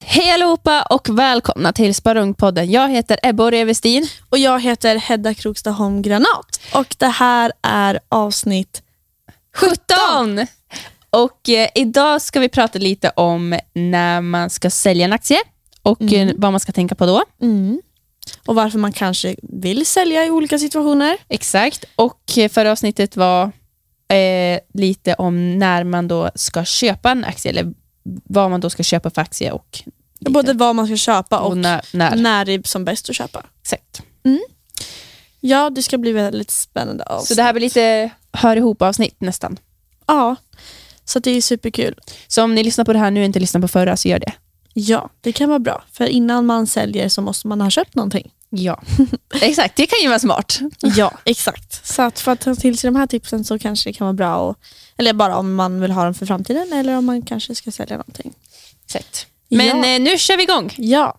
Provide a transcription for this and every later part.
Hej allihopa och välkomna till Sparungpodden. Jag heter Ebba Revestin. Och jag heter Hedda Krokstaholm Granat. Och det här är avsnitt 17! Och idag ska vi prata lite om när man ska sälja en aktie. Och vad man ska tänka på då. Och varför man kanske vill sälja i olika situationer. Exakt. Och förra avsnittet var lite om när man då ska köpa en aktie. Eller vad man då ska köpa för aktie. Och både vad man ska köpa och när det är som bäst att köpa. Exakt. Ja, det ska bli väldigt spännande avsnitt. Så det här blir lite hör ihop avsnitt nästan. Ja, så det är superkul. Så om ni lyssnar på det här nu och inte lyssnar på förra så gör det. Ja, det kan vara bra. För innan man säljer så måste man ha köpt någonting. Ja, exakt. Det kan ju vara smart. Ja, exakt. Så att för att ta till sig de här tipsen så kanske det kan vara bra. Eller bara om man vill ha dem för framtiden eller om man kanske ska sälja någonting. Exakt. Men nu kör vi igång. Ja.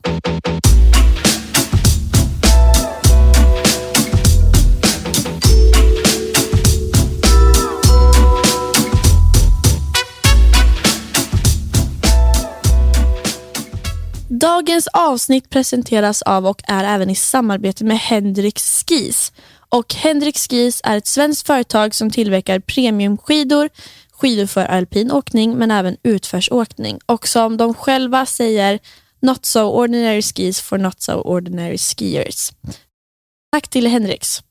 Dagens avsnitt presenteras av och är även i samarbete med Hendrix Skis. Och Hendrix Skis är ett svenskt företag som tillverkar premiumskidor, skidor för alpin åkning men även utförsåkning. Och som de själva säger, not so ordinary skis for not so ordinary skiers. Tack till Hendrix.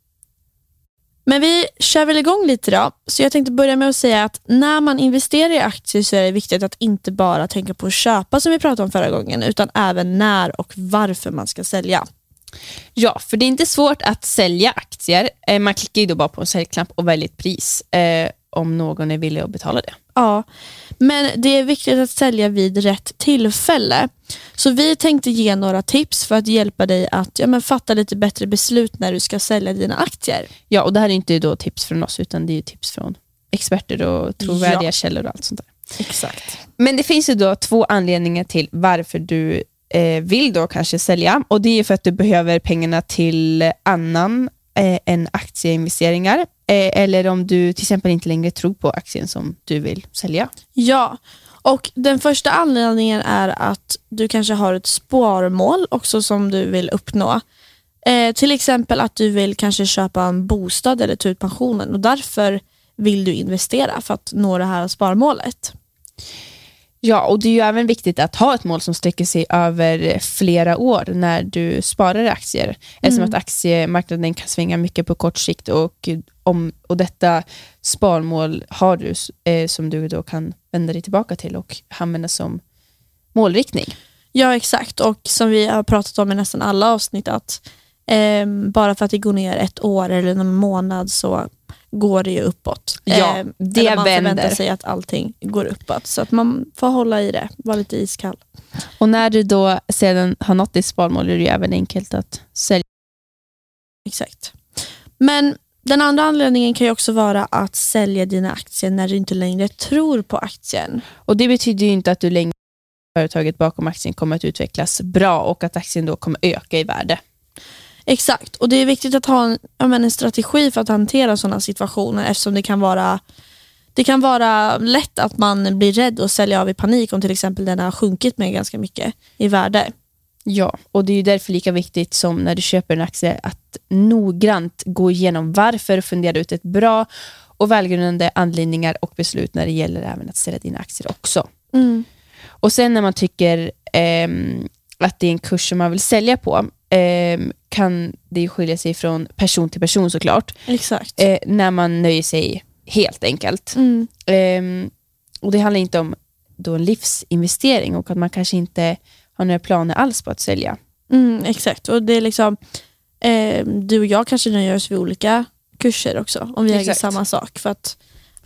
Men vi kör väl igång lite då. Så jag tänkte börja med att säga att när man investerar i aktier så är det viktigt att inte bara tänka på att köpa som vi pratade om förra gången, utan även när och varför man ska sälja. Ja, för det är inte svårt att sälja aktier. Man klickar ju då bara på en säljknapp och väljer ett pris om någon är villig att betala det. Ja, men det är viktigt att sälja vid rätt tillfälle. Så vi tänkte ge några tips för att hjälpa dig att fatta lite bättre beslut när du ska sälja dina aktier. Ja, och det här är inte då tips från oss utan det är tips från experter och trovärdiga källor och allt sånt där. Exakt. Men det finns ju då 2 anledningar till varför du vill då kanske sälja. Och det är för att du behöver pengarna till annan än aktieinvesteringar. Eller om du till exempel inte längre tror på aktien som du vill sälja. Ja, och den första anledningen är att du kanske har ett sparmål också som du vill uppnå. Till exempel att du vill kanske köpa en bostad eller ta ut pensionen och därför vill du investera för att nå det här sparmålet. Ja, och det är ju även viktigt att ha ett mål som sträcker sig över flera år när du sparar i aktier. Eftersom att aktiemarknaden kan svänga mycket på kort sikt och detta sparmål har du som du då kan vända dig tillbaka till och använda som målriktning. Ja, exakt. Och som vi har pratat om i nästan alla avsnitt att bara för att det går ner ett år eller en månad så går det ju uppåt. Ja, det man vänder. Förväntar sig att allting går uppåt. Så att man får hålla i det, vara lite iskall. Och när du då sedan har nått ditt sparmål är det ju även enkelt att sälja. Exakt. Men den andra anledningen kan ju också vara att sälja dina aktier när du inte längre tror på aktien. Och det betyder ju inte att du längre företaget bakom aktien kommer att utvecklas bra och att aktien då kommer öka i värde. Exakt, och det är viktigt att ha en strategi för att hantera sådana situationer eftersom det kan vara lätt att man blir rädd och sälja av i panik om till exempel den har sjunkit med ganska mycket i värde. Ja, och det är ju därför lika viktigt som när du köper en aktie att noggrant gå igenom varför och fundera ut ett bra och välgrundade anledningar och beslut när det gäller även att sälja dina aktier också. Och sen när man tycker att det är en kurs som man vill sälja på kan det ju skilja sig från person till person såklart. Exakt. När man nöjer sig helt enkelt. Och det handlar inte om då en livsinvestering och att man kanske inte har några planer alls på att sälja. Exakt, och det är liksom du och jag kanske nöjer oss vid olika kurser också om vi äger samma sak för att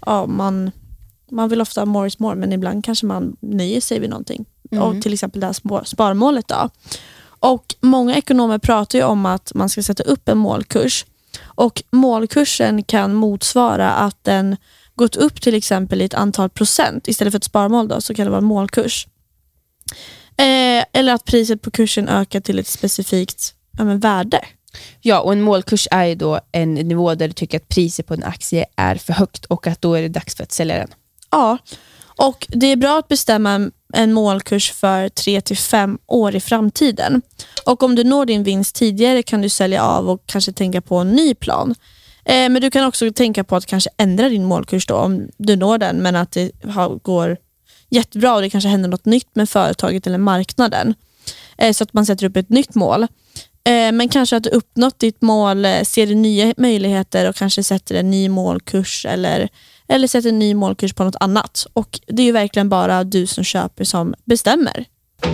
man vill ofta more is more men ibland kanske man nöjer sig vid någonting. Och till exempel det här sparmålet då. Och många ekonomer pratar ju om att man ska sätta upp en målkurs. Och målkursen kan motsvara att den gått upp till exempel i ett antal procent. Istället för ett sparmål då, så kan det vara en målkurs. Eller att priset på kursen ökar till ett specifikt värde. Ja, och en målkurs är ju då en nivå där du tycker att priset på en aktie är för högt och att då är det dags för att sälja den. Ja, och det är bra att bestämma en målkurs för 3-5 år i framtiden. Och om du når din vinst tidigare kan du sälja av och kanske tänka på en ny plan. Men du kan också tänka på att kanske ändra din målkurs då, om du når den men att det går jättebra och det kanske händer något nytt med företaget eller marknaden. Så att man sätter upp ett nytt mål. Men kanske att du uppnått ditt mål, ser du nya möjligheter och kanske sätter en ny målkurs eller sätter en ny målkurs på något annat. Och det är ju verkligen bara du som köper som bestämmer.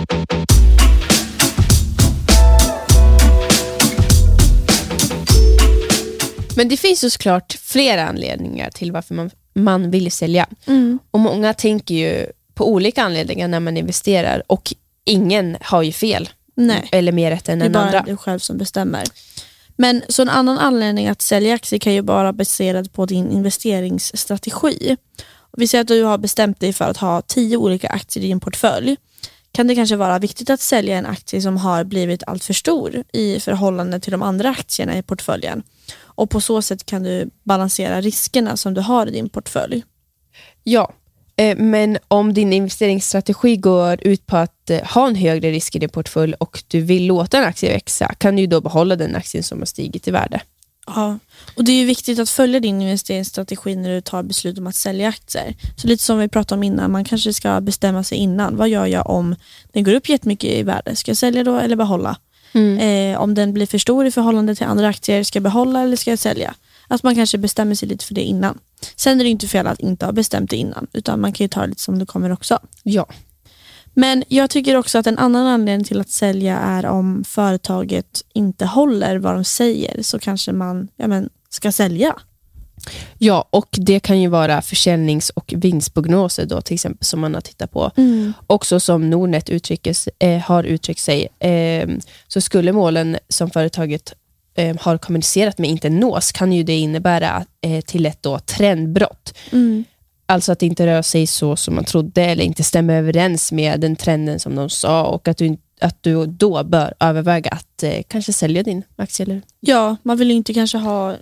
Men det finns ju såklart flera anledningar till varför man vill sälja. Och många tänker ju på olika anledningar när man investerar och ingen har ju fel. Nej. Eller mer rätt än en andra. Det är bara du själv som bestämmer. Men så en annan anledning att sälja aktier kan ju vara baserad på din investeringsstrategi. Vi säger att du har bestämt dig för att ha 10 olika aktier i din portfölj. Kan det kanske vara viktigt att sälja en aktie som har blivit allt för stor i förhållande till de andra aktierna i portföljen. Och på så sätt kan du balansera riskerna som du har i din portfölj. Ja, men om din investeringsstrategi går ut på att ha en högre risk i din portfölj och du vill låta en aktie växa, kan du då behålla den aktien som har stigit i värde. Ja, och det är ju viktigt att följa din investeringsstrategi när du tar beslut om att sälja aktier. Så lite som vi pratade om innan, man kanske ska bestämma sig innan. Vad gör jag om den går upp jättemycket i värde? Ska jag sälja då eller behålla? Om den blir för stor i förhållande till andra aktier, ska jag behålla eller ska jag sälja? Att man kanske bestämmer sig lite för det innan. Sen är det inte fel att inte ha bestämt det innan, utan man kan ju ta det lite som det kommer också. Ja. Men jag tycker också att en annan anledning till att sälja är om företaget inte håller vad de säger, så kanske man ska sälja. Ja, och det kan ju vara försäljnings- och vinstprognoser då, till exempel, som man har tittat på. Också som Nordnet har uttryckt sig, så skulle målen som företaget har kommunicerat med inte nås, kan ju det innebära till ett då trendbrott. Alltså att det inte rör sig så som man trodde eller inte stämmer överens med den trenden som de sa, och att du då bör överväga att kanske sälja din aktie. Eller? Ja, man vill ju inte kanske ha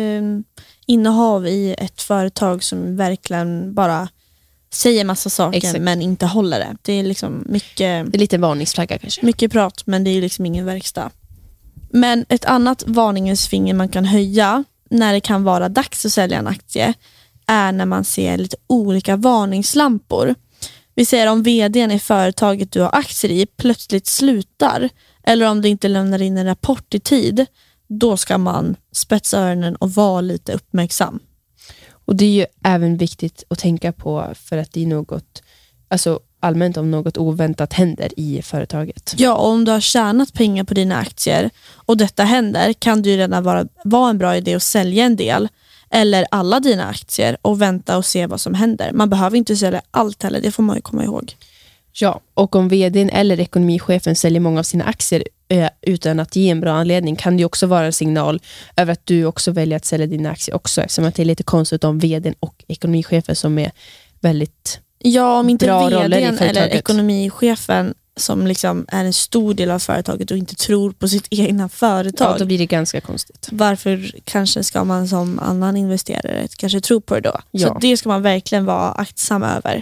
innehav i ett företag som verkligen bara säger massa saker. Exakt. Men inte håller det. Det är liksom mycket... Det är lite varningsflagga kanske. Mycket prat, men det är liksom ingen verkstad. Men ett annat varningens finger man kan höja när det kan vara dags att sälja en aktie är när man ser lite olika varningslampor. Vi säger om vdn i företaget du har aktier i plötsligt slutar, eller om du inte lämnar in en rapport i tid, då ska man spetsa öronen och vara lite uppmärksam. Och det är ju även viktigt att tänka på, för att det är något, alltså allmänt om något oväntat händer i företaget. Ja, och om du har tjänat pengar på dina aktier och detta händer, kan det ju redan vara en bra idé att sälja en del eller alla dina aktier och vänta och se vad som händer. Man behöver inte sälja allt heller, det får man ju komma ihåg. Ja, och om vdn eller ekonomichefen säljer många av sina aktier utan att ge en bra anledning, kan det också vara en signal över att du också väljer att sälja dina aktier också. Eftersom att det är lite konstigt om vdn och ekonomichefen som är väldigt om inte bra vdn roller i företaget. eller ekonomichefen som liksom är en stor del av företaget och inte tror på sitt egna företag. Ja, då blir det ganska konstigt. Varför kanske ska man som annan investerare kanske tro på det då? Ja. Så det ska man verkligen vara aktsam över.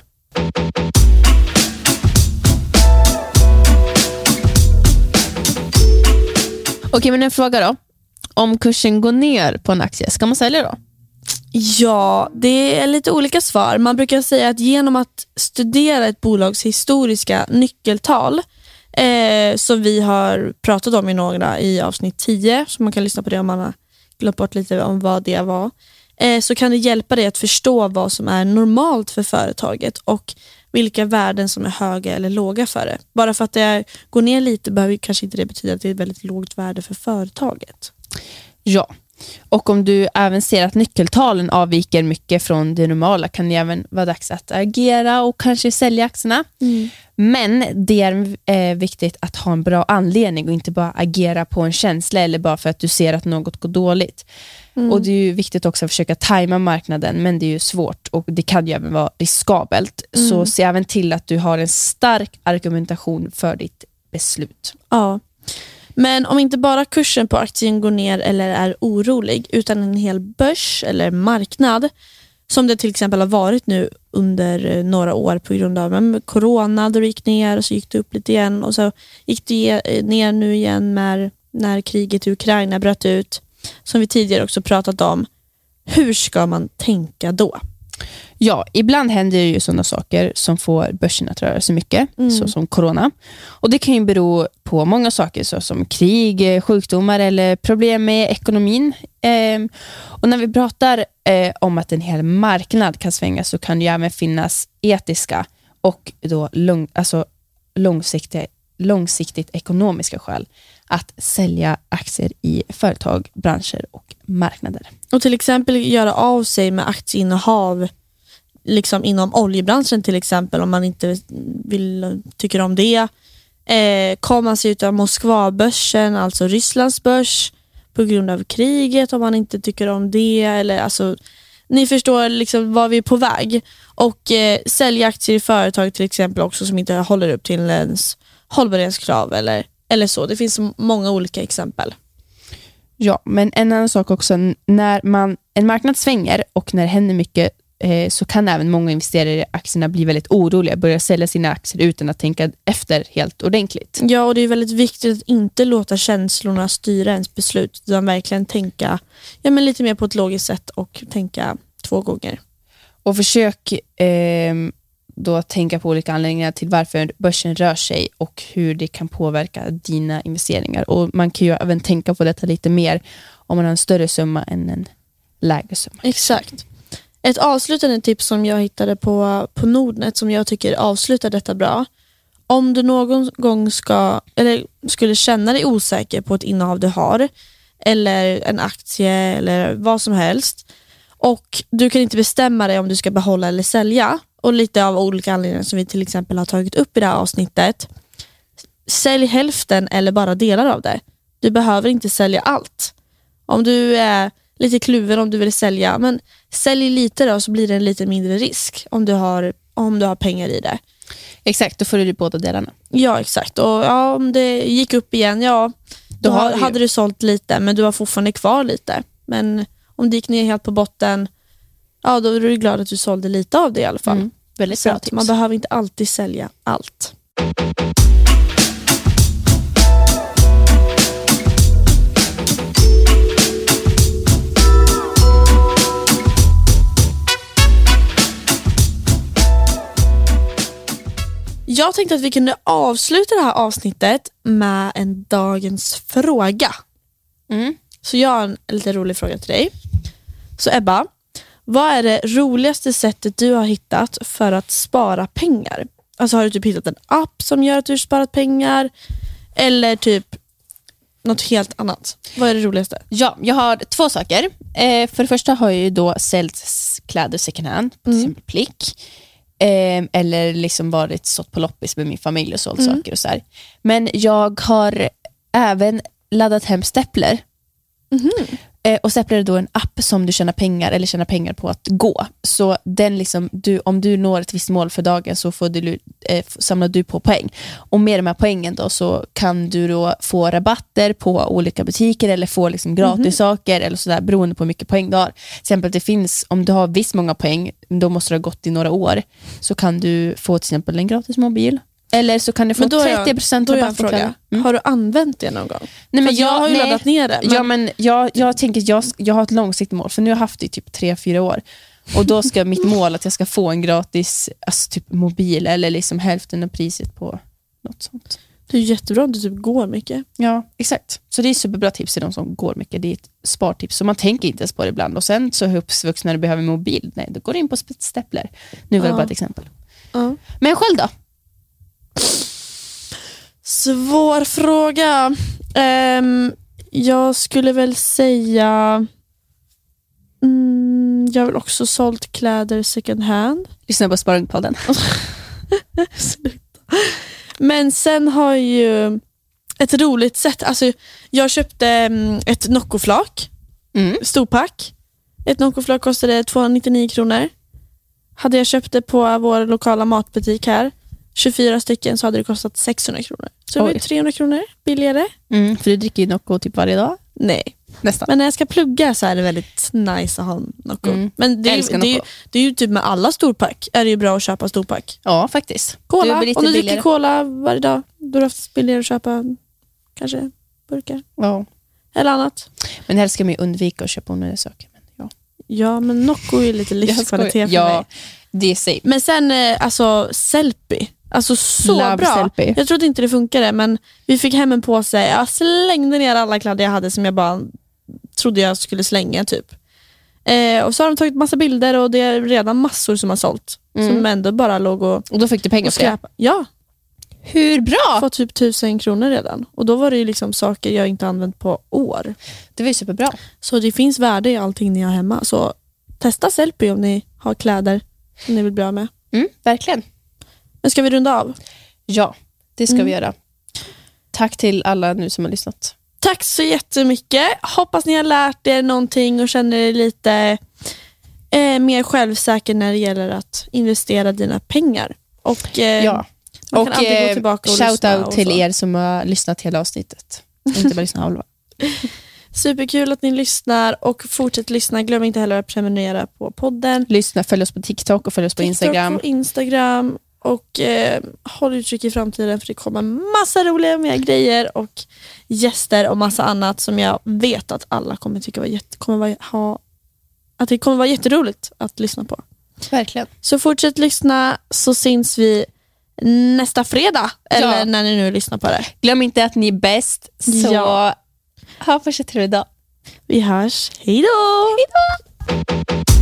Okej, men en fråga då. Om kursen går ner på en aktie, ska man sälja då? Ja, det är lite olika svar. Man brukar säga att genom att studera ett bolags historiska nyckeltal, som vi har pratat om i några i avsnitt 10, så man kan lyssna på det om man har glömt bort lite om vad det var, så kan det hjälpa dig att förstå vad som är normalt för företaget och vilka värden som är höga eller låga för det. Bara för att det går ner lite behöver kanske inte det betyda att det är ett väldigt lågt värde för företaget. Ja, och om du även ser att nyckeltalen avviker mycket från det normala, kan det även vara dags att agera och kanske sälja aktierna. Men det är viktigt att ha en bra anledning och inte bara agera på en känsla eller bara för att du ser att något går dåligt. Och det är ju viktigt också att försöka tajma marknaden, men det är ju svårt och det kan ju även vara riskabelt. Så se även till att du har en stark argumentation för ditt beslut. Ja. Men om inte bara kursen på aktien går ner eller är orolig, utan en hel börs eller marknad Som det till exempel har varit nu under några år på grund av corona, då det gick ner och så gick det upp lite igen och så gick det ner nu igen när kriget i Ukraina bröt ut, som vi tidigare också pratat om. Hur ska man tänka då? Ja, ibland händer ju sådana saker som får börsen att röra sig mycket, så som corona. Och det kan ju bero på många saker, så som krig, sjukdomar eller problem med ekonomin. Och när vi pratar om att en hel marknad kan svänga, så kan det ju även finnas etiska och då långsiktigt ekonomiska skäl att sälja aktier i företag, branscher och marknader. Och till exempel göra av sig med aktieinnehav liksom inom oljebranschen till exempel, om man inte tycker om det. Komma sig ut av Moskvabörsen, alltså Rysslands börs, på grund av kriget, om man inte tycker om det. Eller, alltså, ni förstår liksom var vi är på väg. Och sälja aktier i företag till exempel också som inte håller upp till ens hållbarhetskrav eller så. Det finns många olika exempel. Ja, men en annan sak också, när en marknad svänger och när det händer mycket, så kan även många investerare i aktierna bli väldigt oroliga, börja sälja sina aktier utan att tänka efter helt ordentligt. Ja, och det är väldigt viktigt att inte låta känslorna styra ens beslut, utan verkligen tänka lite mer på ett logiskt sätt och tänka 2 gånger. Och försök då tänka på olika anledningar till varför börsen rör sig och hur det kan påverka dina investeringar. Och man kan ju även tänka på detta lite mer om man har en större summa än en lägre summa. Exakt. Ett avslutande tips som jag hittade på Nordnet som jag tycker avslutar detta bra. Om du någon gång skulle känna dig osäker på ett innehav du har, eller en aktie eller vad som helst, och du kan inte bestämma dig om du ska behålla eller sälja, och lite av olika anledningar som vi till exempel har tagit upp i det här avsnittet, sälj hälften eller bara delar av det. Du behöver inte sälja allt. Om du är lite kluven om du vill sälja, men sälj lite då, så blir det en lite mindre risk om du har pengar i det. Exakt, då får du båda delarna. Ja, exakt. Och om det gick upp igen, då hade du sålt lite, men du har fortfarande kvar lite. Men om det gick ner helt på botten, då är du glad att du sålde lite av det i alla fall. Väldigt bra tips. tips. Man behöver inte alltid sälja allt. Jag tänkte att vi kunde avsluta det här avsnittet med en dagens fråga. Så jag har en lite rolig fråga till dig. Så Ebba, vad är det roligaste sättet du har hittat för att spara pengar? Alltså har du typ hittat en app som gör att du sparat pengar? Eller typ något helt annat? Vad är det roligaste? Ja, jag har 2 saker. För det första har jag ju då sålt kläder second hand, till exempel Plick. Eller liksom varit stått på loppis med min familj och sålt saker och så här. Men jag har även laddat hem Stepler. Och Stepler är då en app som du tjänar pengar på att gå. Så den liksom, om du når ett visst mål för dagen, så samlar du på poäng. Och med de här poängen då, så kan du då få rabatter på olika butiker eller få liksom gratis saker eller sådär, beroende på hur mycket poäng du har. Till exempel det finns, om du har visst många poäng, då måste du ha gått i några år, så kan du få till exempel en gratis mobil. Eller så kan du få 30% rabatt på kläder. Har du använt det någon gång? Nej, men jag har ju laddat ner det. Ja, men jag tänker jag har ett långsiktigt mål. För nu har jag haft det i typ 3-4 år. Och då ska mitt mål att jag ska få en gratis typ mobil, eller liksom hälften av priset på något sånt. Det är jättebra om du typ går mycket. Ja, exakt. Så det är superbra tips till de som går mycket. Det är ett spartips. Så man tänker inte ens på det ibland. Och sen så är uppvuxna när du behöver mobil. Nej, då går du in på Stepler. Nu var det bara ett exempel. Men själv då? Svår fråga. Jag skulle väl säga jag vill också sålt kläder second hand. Lyssna på Sparringpodden. Men sen har jag ju ett roligt sätt. Alltså, jag köpte ett Noccoflak. Storpack. Ett Noccoflak kostade 299 kronor. Hade jag köpt det på vår lokala matbutik här, 24 stycken, så hade det kostat 600 kronor. Så det var 300 kronor billigare. För du dricker ju Nocco typ varje dag. Nej. Nästan. Men när jag ska plugga så är det väldigt nice att ha Nocco. Men det är ju typ med alla storpack är det ju bra att köpa storpack. Ja, faktiskt. Cola, Det blir lite om du billigare. dricker cola varje dag, då är det oftast billigare att köpa kanske burkar Ja. eller annat. Men helst ska man ju undvika att köpa onödiga saker. Men ja. Ja, men Nocco är lite livskvalitet för mig. Det är safe. Men sen alltså Sellpy. Alltså så Love bra. Sellpy. Jag trodde inte det funkade, men vi fick hem en påse. Jag slängde ner alla kläder jag hade som jag bara trodde jag skulle slänga typ. Och så har de tagit massa bilder och det är redan massor som har sålt. Som ändå bara låg och då fick du pengar för det? skräpa. Ja, Hur bra? fått typ 1000 kronor redan. Och då var det ju liksom saker jag inte använt på år. Det var ju superbra. Så det finns värde i allting ni har hemma. Så testa Sellpy om ni har kläder som ni vill bli av med. Verkligen. Men ska vi runda av? Ja, det ska vi göra. Tack till alla nu som har lyssnat. Tack så jättemycket. Hoppas ni har lärt er någonting och känner er lite mer självsäker när det gäller att investera dina pengar. Och man kan alltid gå tillbaka och shout lyssna out och till så. er som har lyssnat hela avsnittet. Inte bara lyssna halva. Superkul att ni lyssnar och fortsätt lyssna. Glöm inte heller att prenumerera på podden. Lyssna, följ oss på TikTok och följ oss på Instagram. TikTok och Instagram. Och håll utkik i framtiden för det kommer massa roliga mer grejer och gäster och massa annat som jag vet att alla kommer tycka att det kommer vara jätteroligt att lyssna på. Verkligen. Så fortsätt lyssna så syns vi nästa fredag eller när ni nu lyssnar på det. Glöm inte att ni är bäst. Så ha fortsatt trevlig dag. Vi hörs. Hej då!